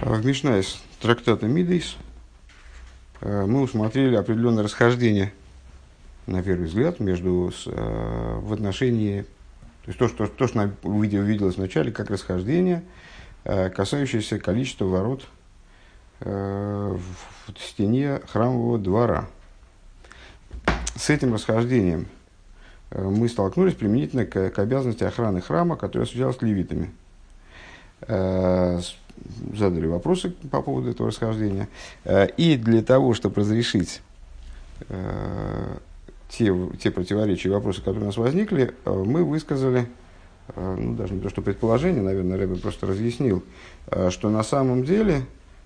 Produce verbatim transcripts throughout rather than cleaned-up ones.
В Мишне из трактата Мидейс мы усмотрели определенное расхождение, на первый взгляд, между, в отношении, то есть то, что, то, что увиделось вначале, как расхождение, касающееся количества ворот в стене храмового двора. С этим расхождением мы столкнулись применительно к, к обязанности охраны храма, которая осуществлялась левитами. Задали вопросы по поводу этого расхождения. И для того, чтобы разрешить те, те противоречия и вопросы, которые у нас возникли, мы высказали, ну, даже не то что предположение, наверное, Ребе просто разъяснил, что на самом деле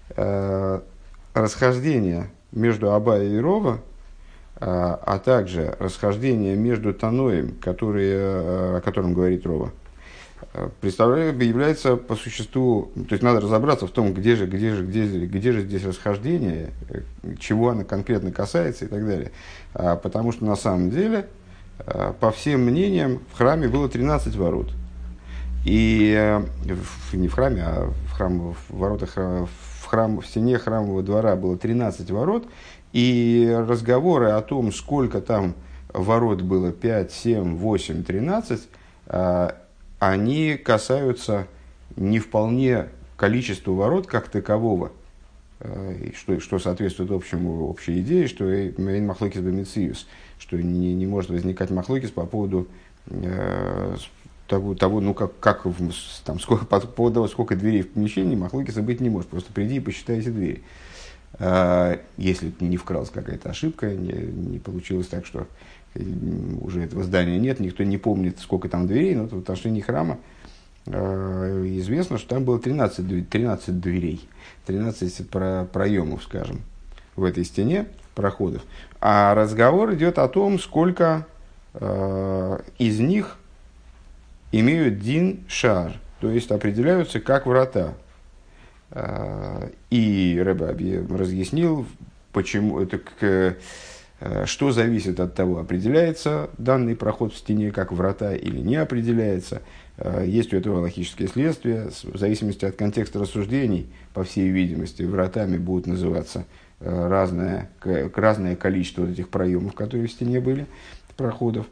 расхождение между Абая и Рова, а также расхождение между Таноем, которые, о котором говорит Рова, представляет, является по существу, то есть надо разобраться в том, где же, где же, где, где же здесь расхождение, чего оно конкретно касается и так далее. Потому что на самом деле, по всем мнениям, в храме было тринадцать ворот. И не в храме, а в, храм, в воротах, в, храм, в стене храмового двора было тринадцать ворот. И разговоры о том, сколько там ворот было, пять, семь, восемь, тринадцать, они касаются не вполне количества ворот как такового, что, что соответствует общему, общей идее, что «эйн махлокис бемециюс», что не, не может возникать махлокис по поводу э, того, того, ну, как, как там, сколько, по поводу того, сколько дверей в помещении, махлокиса быть не может. Просто приди и посчитай эти двери. Э, если не вкралась какая-то ошибка, не, не получилось так, что уже этого здания нет, никто не помнит, сколько там дверей, но в отношении храма э, известно, что там было тринадцать, тринадцать дверей, тринадцать про, проемов, скажем, в этой стене проходов. А разговор идет о том, сколько э, из них имеют дин шар, то есть определяются как врата. Э, и Ребе разъяснил, почему это к что зависит от того, определяется данный проход в стене как врата или не определяется. Есть у этого логические следствия. В зависимости от контекста рассуждений, по всей видимости, вратами будут называться разное, разное количество вот этих проемов, которые в стене были, проходов.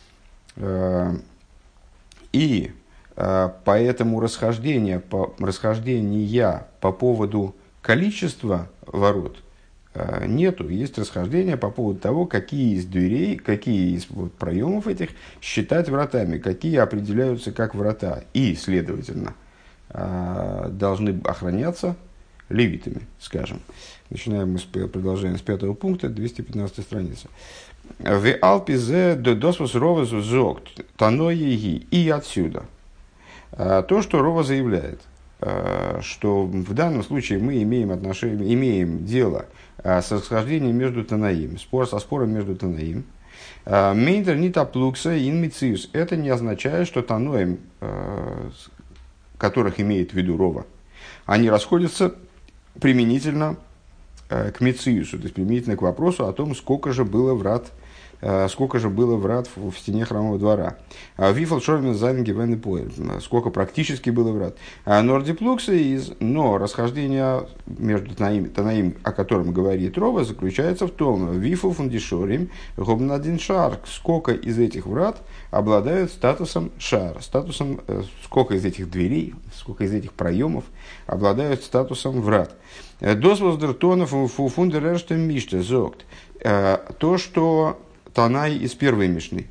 И поэтому расхождение, расхождения по поводу количества ворот нету. Есть расхождение по поводу того, какие из дверей, какие из вот, проемов этих считать вратами, какие определяются как врата и, следовательно, должны охраняться левитами, скажем. Начинаем мы с продолжения с пятого пункта, двести пятнадцатая страница. В Алпизе досвос Ровазу зогт таноеги, и отсюда. То, что Рова заявляет, что в данном случае мы имеем, отношение, имеем дело с расхождением между Танаим, спор со спором между Танаим. Мейнтер нита плукса ин мициус. Это не означает, что Таноим, которых имеет в виду Рова, они расходятся применительно к мициусу, то есть применительно к вопросу о том, сколько же было врат, сколько же было врат в, в стене храмового двора. Вифал шормен зайн гивен и поэль. Сколько практически было врат. Нордиплукса из, но расхождение между Танаим, Танаим, о котором говорит Рова, заключается в том, вифу фундишорим гобнадин шар. Сколько из этих врат обладают статусом шар, статусом, сколько из этих дверей, сколько из этих проемов обладают статусом врат. Досвоздертонов фундерерштем миште зогт. То, что Танай из первой Мишны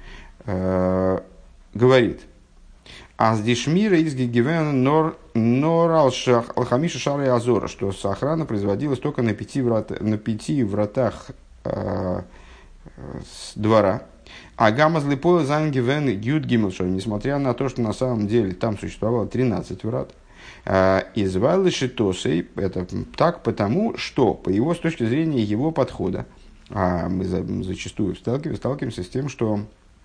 э, говорит: «Аздишмира из гигивен нор алшах алхамиша шары азора», что охрана производилась только на пяти, врат, на пяти вратах э, двора. А гамаз липоя зангивен юд гимелшор, несмотря на то, что на самом деле там существовало тринадцать врат. Из вайлышитосей, это так потому, что, по его, с точки зрения его подхода, а мы зачастую сталкиваемся, сталкиваемся с тем, что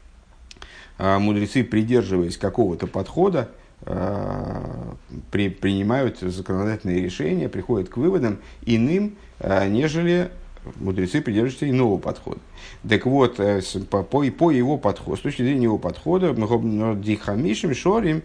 а, мудрецы, придерживаясь какого-то подхода, а, при, принимают законодательные решения, приходят к выводам иным, а, нежели мудрецы придерживаются иного подхода. Так вот, по, по, по его подходу, с точки зрения его подхода, дихамишим шорим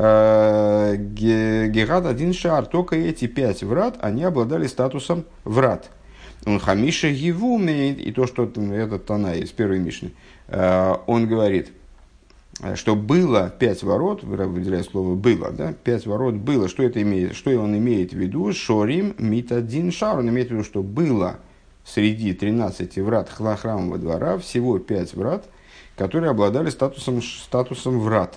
герат один шар, только эти пять врат, они обладали статусом врат. Он хамиша гиву имеет, и то, что этот Танай из первой Мишны, он говорит, что было пять ворот, выделяя слово было, да, пять ворот было, что это имеет, что он имеет в виду, шорим мит один шар, он имеет в виду, что было среди тринадцати врат храмового двора всего пять врат, которые обладали статусом, статусом врат.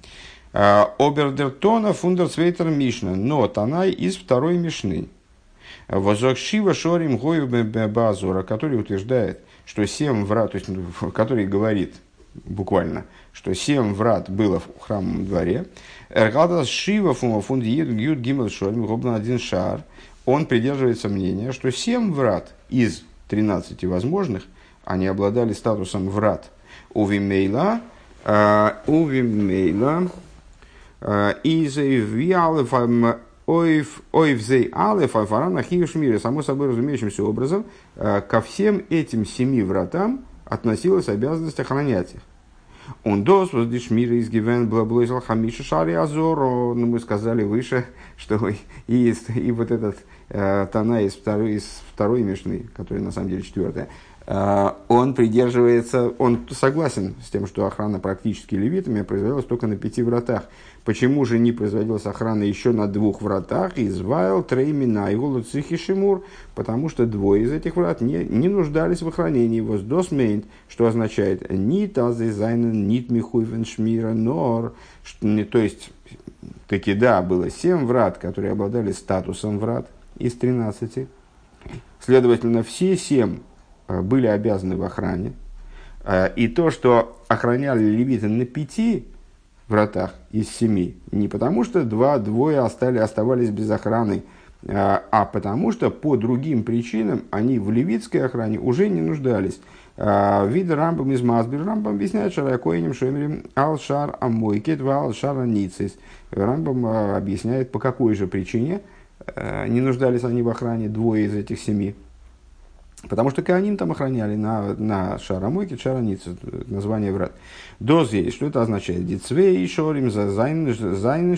Обердертона фундерцвейтер Мишна, но Танай из второй Мишны. Возокшива шорим гою базора, который утверждает, что семь врат, то есть, который говорит буквально, что семь врат было в храмовом дворе. Эргадас шива фунд юд гимел шорим гобна один шар. Он придерживается мнения, что семь врат из тринадцати возможных, они обладали статусом врат. Увимейла, увимейла, из виалефам ойвзей алеф альфарана хиюшмире, само собой разумеющимся образом, ко всем этим семи вратам относилась обязанность охранять их. Он дос воздишмира из гивен блаблойзал хамиша шари азоро. Ну, мы сказали выше, что и, и вот этот э, Тана из второй, из второй Мишны, который на самом деле четвертая, э, он придерживается, он согласен с тем, что охрана практически левитами производилась только на пяти вратах. Почему же не производилась охрана еще на двух вратах? Извайл, Треймина и Голуцихи Шимур, потому что двое из этих врат не, не нуждались в охранении. Воздосмейнт, что означает «нит азайзайнен, нит михуйвен шмира нор». То есть, таки да, было семь врат, которые обладали статусом врат из тринадцати. Следовательно, все семь были обязаны в охране. И то, что охраняли левиты на пяти вратах из семи, не потому что два, двое остали, оставались без охраны, а потому что по другим причинам они в левитской охране уже не нуждались. Вид Рамбам из Масбир, Рамбам объясняет Шаракоинем Шемерем Алшар Амойкет ва Алшар Аницис. Рамбам объясняет, по какой же причине не нуждались они в охране, двое из этих семи. Потому что Коаним там охраняли на, на Шарамойке, Шаранице, название врат. Дози, что это означает? Дицвей шорим за зайнен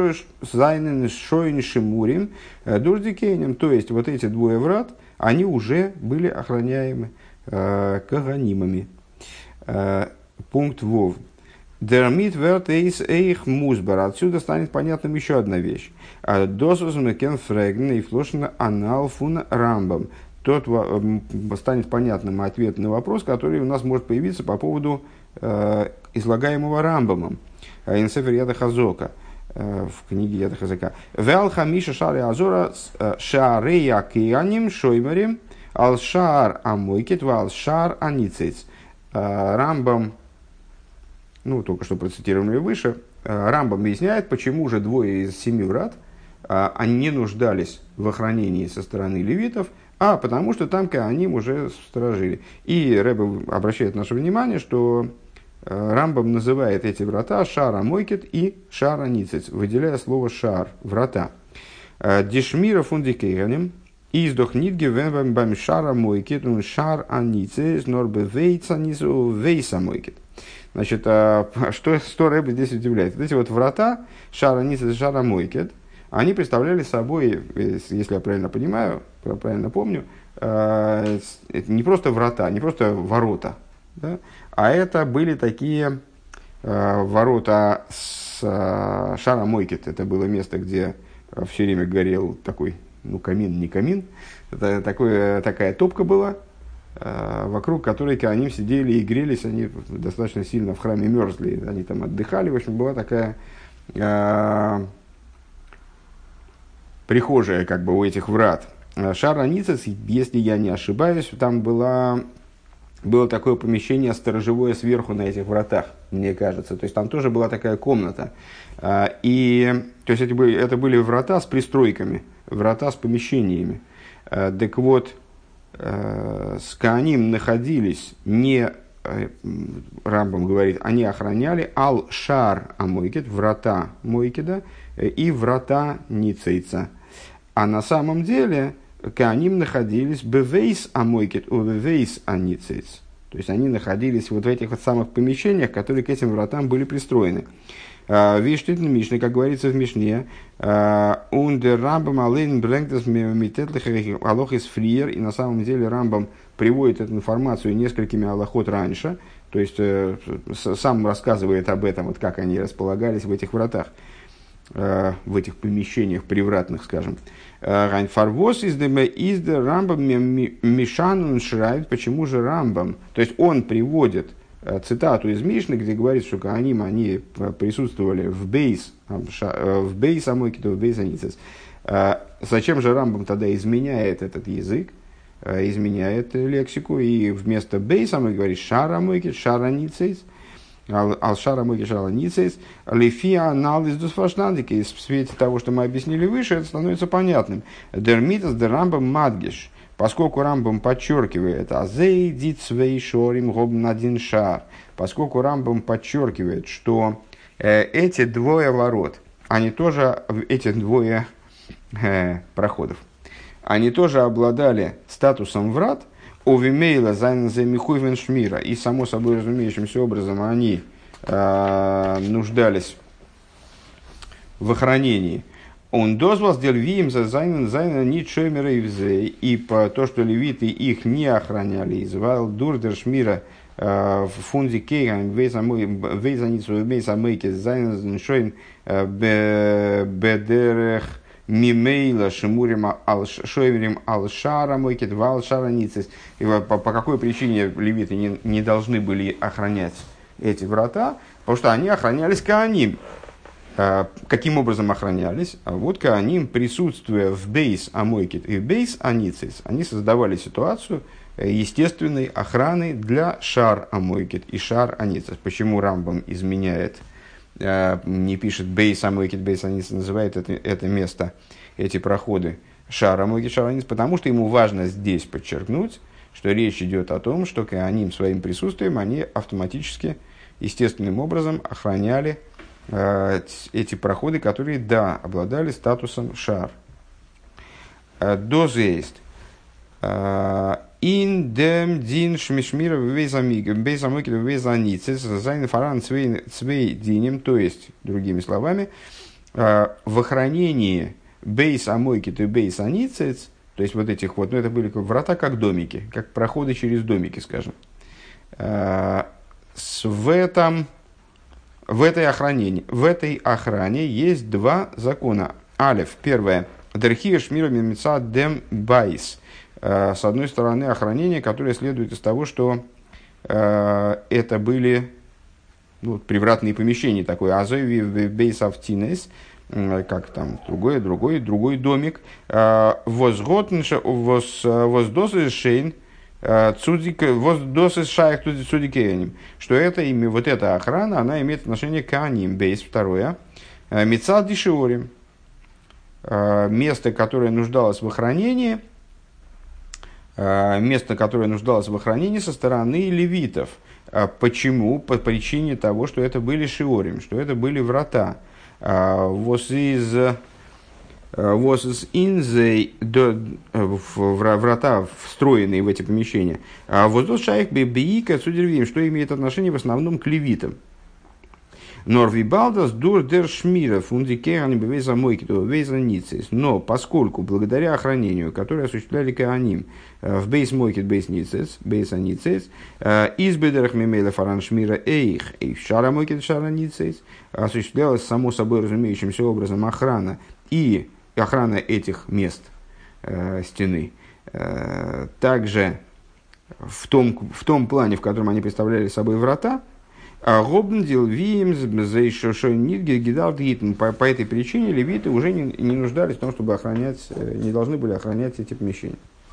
шойн шимурим дурдикейнем. То есть, вот эти двое врат, они уже были охраняемы э, Коанимами. Э, пункт Вов. Дермит верт эйс эйх музбар. Отсюда станет понятным еще одна вещь. Досус мекен фрегн и флошна анал фун рамбам. Тот станет понятным ответ на вопрос, который у нас может появиться по поводу э, излагаемого Рамбамом. Инсефер Яда Хазока, э, в книге Яда Хазака. Вел хамиша шари азора шарея кианим шоймерим ал шар амойкет вал шар аницец. Рамбам, ну, только что процитированные выше, Рамбам объясняет, почему же двое из семи врат они не нуждались в охранении со стороны левитов, а потому что там Коаним уже сторожили. И Рэбе обращает наше внимание, что Рамбам называет эти врата Шар Амойкет и Шар Аницец, выделяя слово Шар, врата. Дишмира фундикейганим, издох нитге вэмбэм бэм Шар Амойкет, он Шар Аницец, норбе вейца низу вейса Амойкет. Значит, что, что Рэбе здесь удивляет? Вот эти вот врата Шар Аницец и Шар Амойкет, они представляли собой, если я правильно понимаю, правильно помню, не просто врата, не просто ворота, да, а это были такие ворота с Шара Мойкет. Это было место, где все время горел такой, ну, камин, не камин, это такое, такая топка была, вокруг которой они сидели и грелись, они достаточно сильно в храме мерзли, они там отдыхали, в общем, была такая прихожая, как бы, у этих врат. Шар Аницец, если я не ошибаюсь, там была, было такое помещение сторожевое сверху на этих вратах, мне кажется. То есть там тоже была такая комната. И, то есть это были, это были врата с пристройками, врата с помещениями. Так вот, с Коаним находились не, Рамбам говорит, они охраняли ал-шар амойкет, врата Мойкеда и врата Ницейца. А на самом деле Кааним находились бевейс амойкет, увевейс аницейс. То есть они находились вот в этих вот самых помещениях, которые к этим вратам были пристроены. Виштит Мишне, как говорится в Мишне, ундер Рамбам алейн брэнгдас митетлих алох из фриер, и на самом деле Рамбам приводит эту информацию несколькими алахот раньше, то есть сам рассказывает об этом, вот как они располагались в этих вратах, в этих помещениях привратных, скажем. Райнфарвос из де Рамбам Мишанун шрайт, почему же Рамбам, то есть он приводит цитату из Мишны, где говорится, что Коаним, они присутствовали в бейс, в бейс амойкиту, в бейс аницис. Зачем же Рамбам тогда изменяет этот язык, изменяет лексику, и вместо бейс амойкит говорит шар амойкит, шар аницис, ал шар амойкит, шар аницис, лифия анализ дусфашнандики, в свете того, что мы объяснили выше, это становится понятным. Дермитас де Рамбам мадгиш. Поскольку Рамбам подчеркивает, азей дит свей шорим гобн один шар, поскольку Рамбам подчеркивает, что э, эти двое ворот, они тоже, эти двое э, проходов, они тоже обладали статусом врат, овимейла зайнзе михуйвен шмира, и само собой разумеющимся образом они э, нуждались в охранении. Он дозвал сделал виим за зайнен зайнен нит шоймера и взей, и по то, что левиты их не охраняли, звал дурдер шмира в фунде кейган вейзаницу вейзамейке зайнен шойм бедерех мимейла шимурим ал шоймерим ал шара мойкет вал шараницис. И по какой причине левиты не, не должны были охранять эти врата? Потому что они охранялись коаним. Каким образом охранялись? А вот Коаним, присутствуя в бейс амойкит и в бейс аницис, они создавали ситуацию естественной охраны для шар амойкит и шар аницис. Почему Рамбам изменяет, не пишет бейс амойкит, бейс аницис, называет это, это место, эти проходы шар амойкит, шар аницис? Потому что ему важно здесь подчеркнуть, что речь идет о том, что Коаним своим присутствием, они автоматически, естественным образом охраняли эти проходы, которые, да, обладали статусом шар. Доза есть. Ин дем дин шмишмира вейзамиг, бейзамойкит вейзаницис, зайн фаран цвей динем, то есть, другими словами, в охранении бейзамойкит и бейзаницис, то есть, вот этих вот, ну, это были как врата, как домики, как проходы через домики, скажем. В этом В этой, охране, в этой охране есть два закона. Алеф. Первое. Дерхия шмира мимица дем байс. С одной стороны, охранение, которое следует из того, что э, это были ну, привратные помещения. Такой азови бейс автинес, как там другой, другой, другой домик. Возготнша воздосы шейн. Что это имя, вот эта охрана, она имеет отношение к Коаним. Бейс, второе. Мицад дишиорим. Место, которое нуждалось в охранении, место, которое нуждалось в охранении со стороны левитов. Почему? По причине того, что это были шиорим, что это были врата. Вос из Was is in the врата, встроенные в эти помещения. А воздух шайх бейка судервим, что имеет отношение в основном к левитам. Норви балдас дур дер шмира фундикерани бевеза мойкиту веза ницис. Но поскольку благодаря охранению, которое осуществляли коаним в бейс мойкит бейс ницис, бейс аницис, из бедерах мемейла фаран шмира эйх и шара мойкит шара ницис, осуществлялась само собой разумеющимся образом охрана и охрана этих мест э, стены. Э, также в том, в том плане, в котором они представляли собой врата, по, по этой причине левиты уже не, не нуждались в том, чтобы охранять, не должны были охранять эти помещения.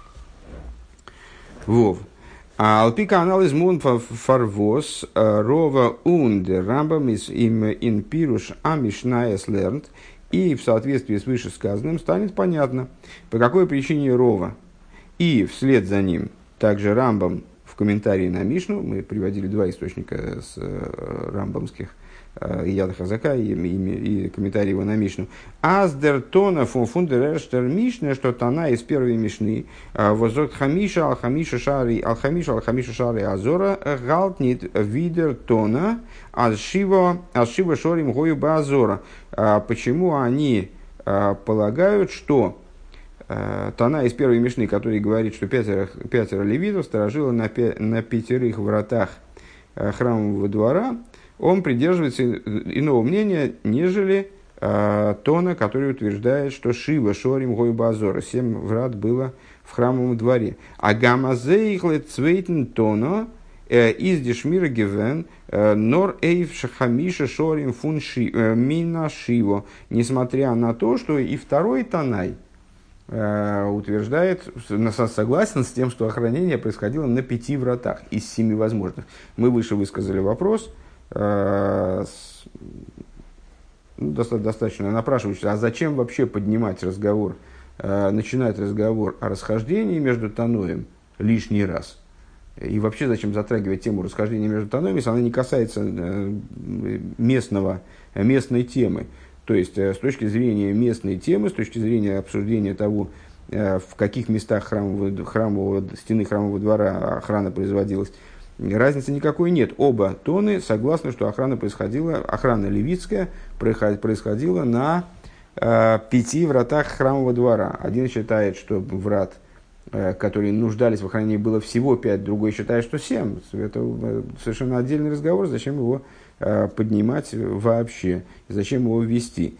Вов. Алпика анализ мун фарвос рова унде рамбам из им ин пируш амишнаес лернт. И в соответствии с вышесказанным станет понятно, по какой причине рова. И вслед за ним также Рамбам в комментарии на Мишну, мы приводили два источника с рамбамских Яда Хазака и, и, и комментарий его на Мишну. Аздер тона фундерештер Мишны, что тона из первой Мишны, возок хамиша, алхамиша шари, алхамиша, алхамиша шари азора, галтнит видер тона, алшива, алшива шорим гою базора. Почему они полагают, что тона из первой Мишны, который говорит, что пятеро, пятеро левитов сторожило на, пя, на пятерых вратах храмового двора, он придерживается иного мнения, нежели э, тона, который утверждает, что Шива, Шорим, Гой, Базора, семь врат было в храмовом дворе. А Гамазейхле Цвейтен Тона из Дешмира Гевен Нор Эйв Шахамиша Шорим Фун Мина Шиво. Несмотря на то, что и второй Танай э, утверждает, согласен с тем, что охранение происходило на пяти вратах из семи возможных. Мы выше высказали вопрос, достаточно напрашивающийся, а зачем вообще поднимать разговор, начинать разговор о расхождении между Таноем лишний раз? И вообще зачем затрагивать тему расхождения между Таноем, если она не касается местного, местной темы? То есть, с точки зрения местной темы, с точки зрения обсуждения того, в каких местах храмового, храмового, стены храмового двора охрана производилась, разницы никакой нет. Оба тоны согласны, что охрана происходила, охрана левитская происходила на э, пяти вратах храмового двора. Один считает, что врат, э, которые нуждались в охранении, было всего пять, другой считает, что семь. Это совершенно отдельный разговор, зачем его э, поднимать вообще, зачем его ввести.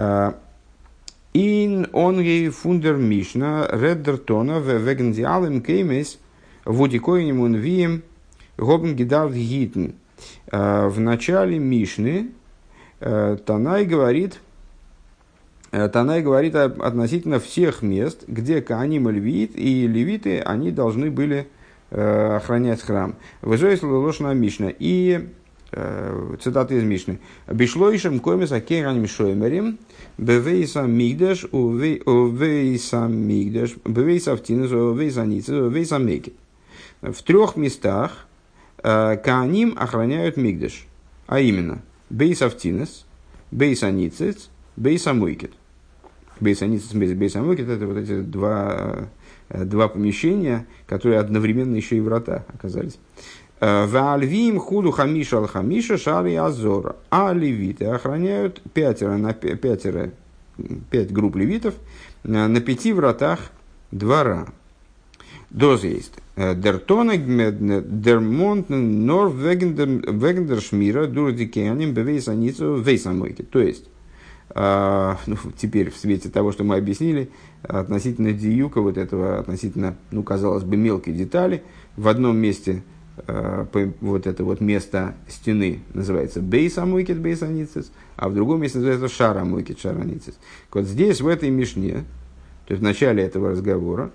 Ин он ей фундер мишна реддер тона веген диалем кеймес вудикоинем унвием Гобн Гидав Гитн. В начале Мишны Танай говорит, Танай говорит относительно всех мест, где Кааним и Левит и левиты, они должны были охранять храм. Выжоис лошна Мишна. И цитата из Мишны. Бишлоишем комис акераним шоймерим бевейса мигдаш увейса мигдаш бевейса втинес увейса ницес увейса мекет. В трех местах Кааним охраняют Мигдаш, а именно Бейс Автинес, Бейс Аницец, Бейс Амойкет. Бейс Аницец, Бейс Амойкет — это вот эти два, два помещения, которые одновременно еще и врата оказались. Ваальвим худу хамиша ал хамиша шари азора. А левиты охраняют пятеро на пятеро, пять групп левитов на пяти вратах двора. Доз есть. Дертонек дермонт нор вегендер шмира дурдикенем бевейса ницу вейсамойки. То есть, э, ну, теперь в свете того, что мы объяснили, относительно диюка, вот этого, относительно, ну, казалось бы, мелкой детали, в одном месте э, по, вот это вот место стены называется бейсамойкет бейсаницис, а в другом месте называется шарамойкет шараницис. Вот здесь, в этой мишне, то есть в начале этого разговора,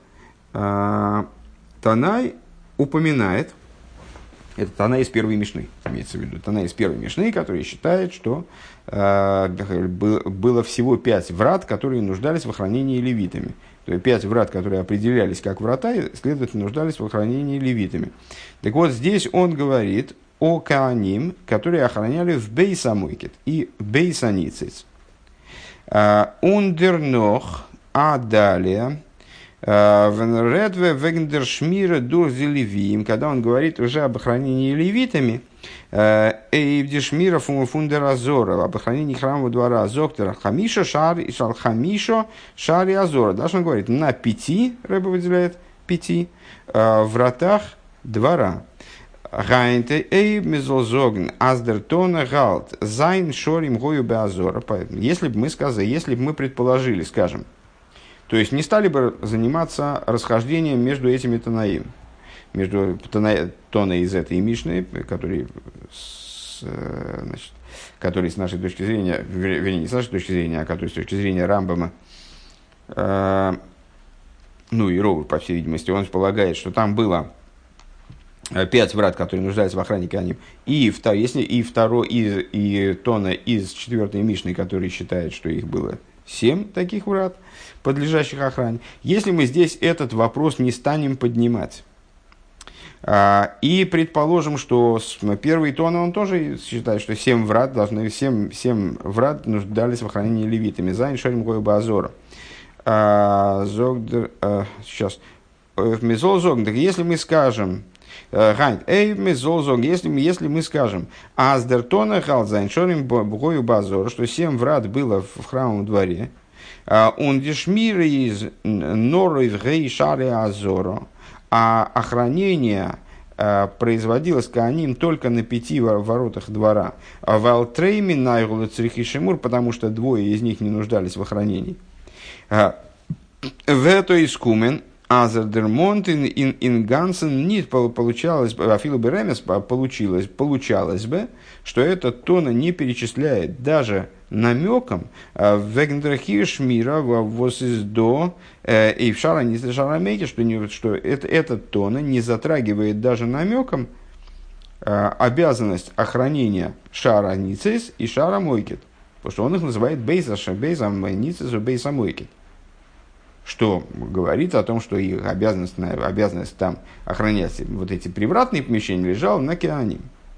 Танай упоминает, это Танай из первой Мишны, имеется в виду, Танай из первой Мишны, который считает, что э, было всего пять врат, которые нуждались в охранении левитами. То есть пять врат, которые определялись как врата, следовательно, нуждались в охранении левитами. Так вот, здесь он говорит о Кааним, которые охраняли в Бейсамойкет и Бейсаницис. Ундернох, а далее... Редве вегендер шмира дурзи левиим, когда он говорит уже об охранении левитами, эйвдешмира фундер азора, об охранении храмового двора зоктера хамиша шар и шал хамишо шари азора. Дальше он говорит на пяти, Рэбе выделяет пяти вратах двора. Гайнте эйв мезолзогн аздертона галт зайн шорим гою беазора. Если бы мы сказали, если бы мы предположили, скажем, то есть не стали бы заниматься расхождением между этими тонаим, между тоной из этой Мишны, который с, значит, который с нашей точки зрения, вернее, не с нашей точки зрения, а который с точки зрения Рамбама, э, ну и Рову, по всей видимости, он полагает, что там было пять врат, которые нуждаются в охране Кааним, и, втор, если, и второй, и, и тона из четвертой Мишны, который считает, что их было семь таких врат, подлежащих охране. Если мы здесь этот вопрос не станем поднимать, И предположим, что первый тон, он тоже считает, что семь врат должны, семь, семь врат нуждались в охранении левитами. Зайн шарим гою базора. Зогдер, сейчас. Мизол зогдер, если мы скажем, Эй, мизол зог, если мы, если мы скажем, аздертона хал зайн шарим гою базора, что семь врат было в храмовом дворе, он дешмир из норов гей шари азора, а охранение э, производилось кааним только на пяти воротах двора. Валтрейми найгула црихи шимур, потому что двое из них не нуждались в охранении. В это искумен азердермонт ин ингансен нит получалось, афилу беремес получилось, получалось бы, что этот тона не перечисляет даже намеком вегендрахиш мира воз из до и в шара не шарамейки, что, не, что это, этот тона не затрагивает даже намеком обязанность охранения шара ницис и шара мойкет, потому что он их называет бейза бейзам ницис и бейза мойкет, что говорит о том, что их обязанность, обязанность там охранять вот эти привратные помещения лежала на кеаним.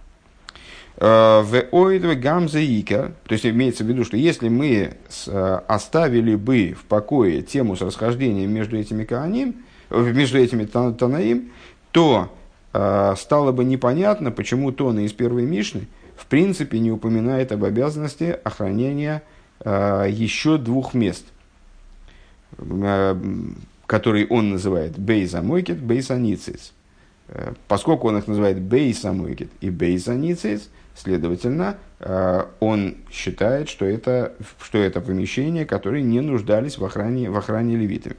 В оидве гамзеика, то есть имеется в виду, что если мы оставили бы в покое тему с расхождением между этими кааним, между этими танаим, то стало бы непонятно, почему Тона из первой Мишны в принципе не упоминает об обязанности охранения еще двух мест, которые он называет бейза мойкет, бейза ницис. Поскольку он их называет бейза мойкет и бейза ницис, следовательно, он считает, что это, что это помещения, которые не нуждались в охране, в охране левитами.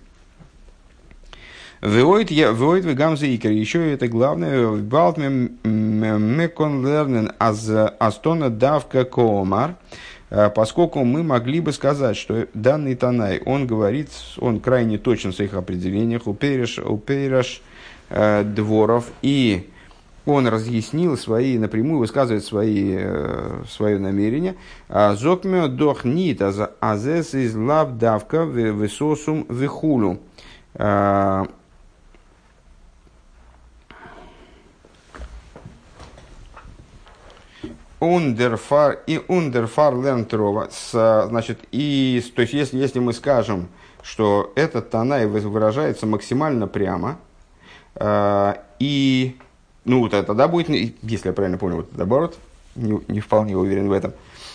Веоид в гамзе икер, еще это главное, в балтме мекон лернен аз астона давка коомар, поскольку мы могли бы сказать, что данный Танай, он говорит, он крайне точен в своих определениях, упереш, упереш дворов, и он разъяснил свои, напрямую высказывает свои, свое намерение. Зокмё дох нит азес из лав давка высосум вихулу. Ундерфар и ундерфар лентрова. Значит, и, то есть, если, если мы скажем, что этот Танай выражается максимально прямо, и ну, тогда будет, если я правильно понял, вот наоборот, не, не вполне уверен в этом.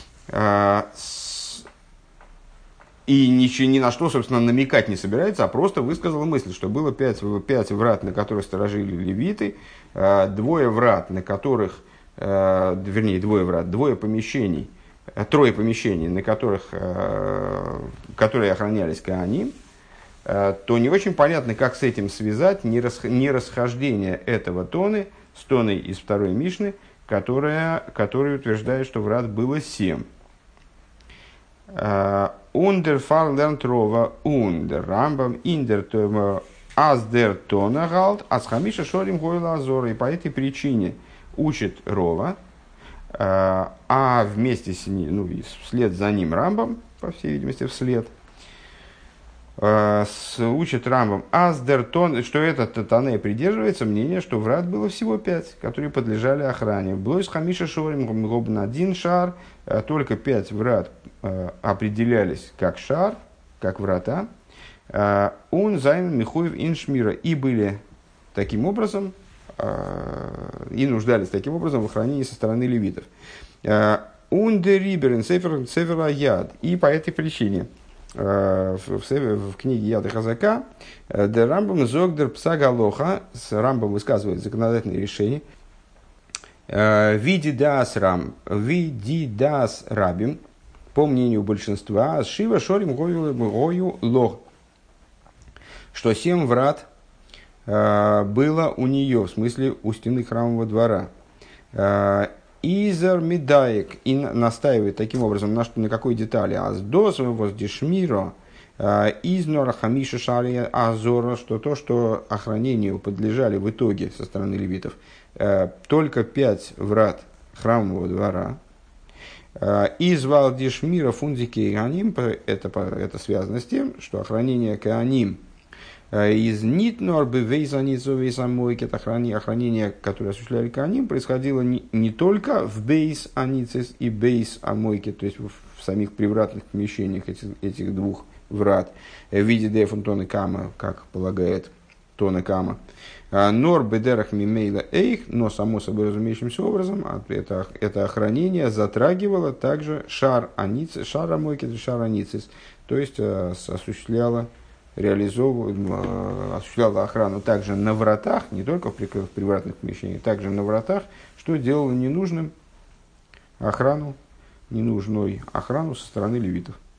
И ничего, ни на что, собственно, намекать не собирается, а просто высказал мысль, что было пять, пять врат, на которых сторожили левиты, двое врат, на которых, вернее, двое врат, двое помещений, трое помещений, на которых, которые охранялись кааним, то не очень понятно, как с этим связать нерасхождение этого тоны с тоной из второй Мишны, которая, которая утверждает, что врат было семь. Ундер фарлернтрова ундер рамбам индер аздер тона галт асхамиша шорим гойла азора. И по этой причине учит Рова, а вместе с ним, ну, вслед за ним Рамбам, по всей видимости, вслед, учит Рамбам аздертон, что этот Таней придерживается мнения, что врат было всего пять, которые подлежали охране. Блойс хамиша шорим гобн один шар, только пять врат определялись как шар, как врата. Он зайн михуев иншмира, и были таким образом, и нуждались таким образом в охранении со стороны левитов. Ундериберен сефер сефера яд, и по этой причине в, в книге Яд и Хазака де Рамбам зогдер псагалоха, с Рамбам высказывает законодательные решения. Види дас рам, види дас рабим, по мнению большинства, шива шорим гою лох, что семь врат было у нее, в смысле у стены храмового двора. Изер медаек, и настаивает таким образом на, что, на какой детали? Аздос воздешмиро из нора хамиша шари азора, что то, что охранению подлежали в итоге со стороны левитов только пять врат храмового двора. Из валдишмира фунди кеаним, это, это связано с тем, что охранение кеаним Из нитнор бейзаницу вейсамойки, это охранение, которое осуществляли коаним, происходило не, не только в бейс аницис и бейс амойки, то есть в, в самих привратных помещениях этих, этих двух врат, в виде дефун тона кама, как полагает тона кама. Нор бедерах мимейла эйх, но само собой разумеющимся образом это, это охранение затрагивало также шар аницис, шар амойки, шар аницис, то есть осуществляло реализовывала, осуществляла охрану также на вратах, не только в приватных помещениях, также на вратах, что делало ненужным охрану, ненужной охрану со стороны левитов.